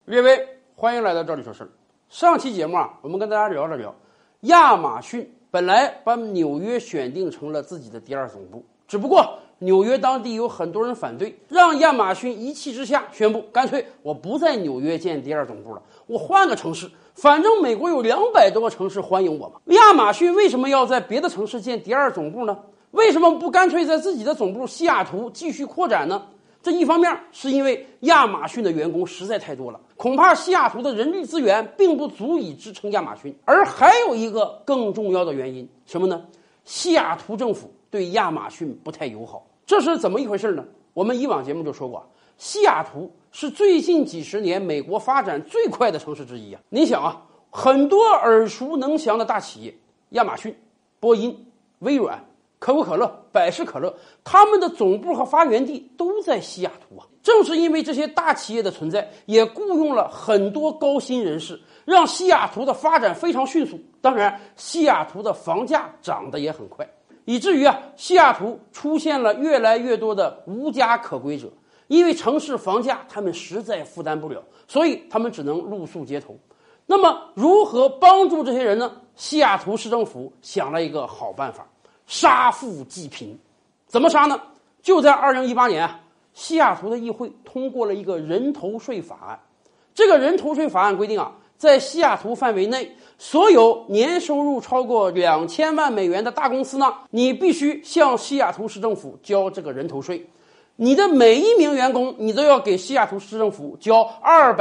列位，欢迎来到这里说事儿。上期节目我们跟大家聊了聊，亚马逊本来把纽约选定成了自己的第二总部，只不过纽约当地有很多人反对，让亚马逊一气之下宣布，干脆我不在纽约建第二总部了，我换个城市，反正美国有200多个城市欢迎我嘛。亚马逊为什么要在别的城市建第二总部呢？为什么不干脆在自己的总部西雅图继续扩展呢？这一方面是因为亚马逊的员工实在太多了，恐怕西雅图的人力资源并不足以支撑亚马逊。而还有一个更重要的原因，什么呢？西雅图政府对亚马逊不太友好。这是怎么一回事呢？我们以往节目就说过，西雅图是最近几十年美国发展最快的城市之一啊。你想很多耳熟能详的大企业，亚马逊、波音、微软、可口可乐、百事可乐，他们的总部和发源地都在西雅图啊。正是因为这些大企业的存在，也雇佣了很多高薪人士，让西雅图的发展非常迅速。当然，西雅图的房价涨得也很快，以至于西雅图出现了越来越多的无家可归者。因为城市房价他们实在负担不了，所以他们只能露宿街头。那么，如何帮助这些人呢？西雅图市政府想了一个好办法。杀富济贫，怎么杀呢？就在2018年西雅图的议会通过了一个人头税法案。这个人头税法案规定在西雅图范围内，所有年收入超过2000万美元的大公司呢，你必须向西雅图市政府交这个人头税。你的每一名员工，你都要给西雅图市政府交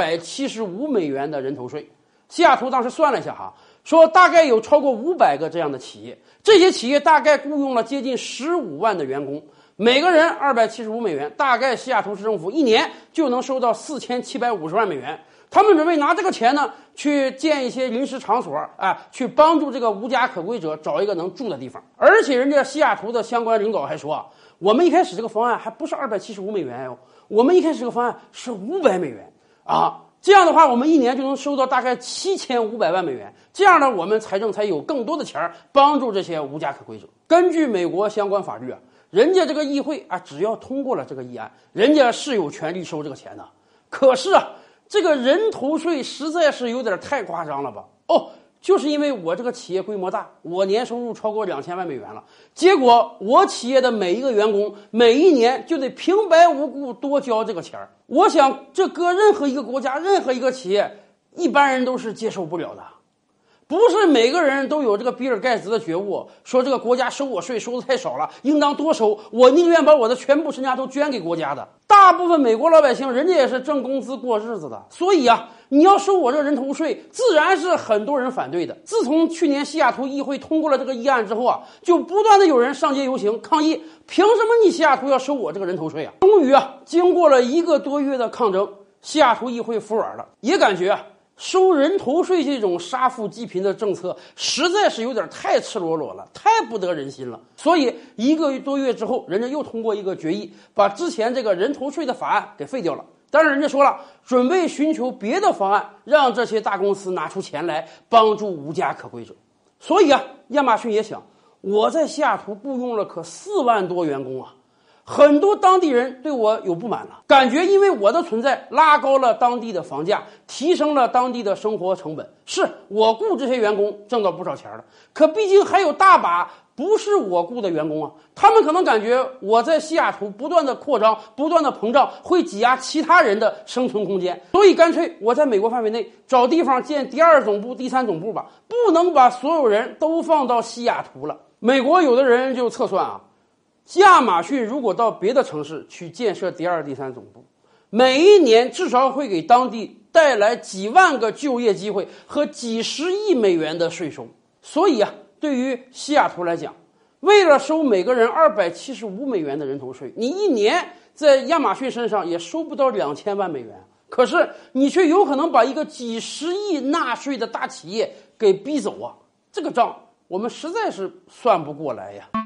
275美元的人头税。西雅图当时算了一下说大概有超过500个这样的企业，这些企业大概雇佣了接近15万的员工，每个人275美元，大概西雅图市政府一年就能收到4750万美元。他们准备拿这个钱呢，去建一些临时场所，去帮助这个无家可归者找一个能住的地方。而且人家西雅图的相关领导还说我们一开始这个方案还不是275美元我们一开始这个方案是500美元这样的话，我们一年就能收到大概7500万美元。这样呢，我们财政才有更多的钱帮助这些无家可归者。根据美国相关法律人家这个议会只要通过了这个议案，人家是有权利收这个钱的。可是这个人头税实在是有点太夸张了吧？就是因为我这个企业规模大，我年收入超过2000万美元了，结果我企业的每一个员工每一年就得平白无故多交这个钱儿。我想这搁任何一个国家，任何一个企业，一般人都是接受不了的。不是每个人都有这个比尔盖茨的觉悟，说这个国家收我税收的太少了，应当多收，我宁愿把我的全部身家都捐给国家的。大部分美国老百姓人家也是挣工资过日子的，所以你要收我这人头税，自然是很多人反对的。自从去年西雅图议会通过了这个议案之后就不断的有人上街游行抗议，凭什么你西雅图要收我这个人头税终于经过了1个多月的抗争，西雅图议会服软了，也感觉收人头税这种杀富济贫的政策实在是有点太赤裸裸了，太不得人心了。所以1个多月之后，人家又通过一个决议，把之前这个人头税的法案给废掉了。当然人家说了，准备寻求别的方案，让这些大公司拿出钱来帮助无家可归者。所以亚马逊也想，我在西雅图雇佣了可4万多员工很多当地人对我有不满了，感觉因为我的存在拉高了当地的房价，提升了当地的生活成本。是我雇这些员工挣到不少钱了，可毕竟还有大把不是我雇的员工他们可能感觉我在西雅图不断的扩张，不断的膨胀，会挤压其他人的生存空间，所以干脆我在美国范围内找地方建第2总部、第3总部吧，不能把所有人都放到西雅图了。美国有的人就测算亚马逊如果到别的城市去建设第2、第3总部，每一年至少会给当地带来几万个就业机会和几十亿美元的税收。所以对于西雅图来讲，为了收每个人275美元的人头税，你一年在亚马逊身上也收不到2000万美元，可是你却有可能把一个几十亿纳税的大企业给逼走这个账我们实在是算不过来呀。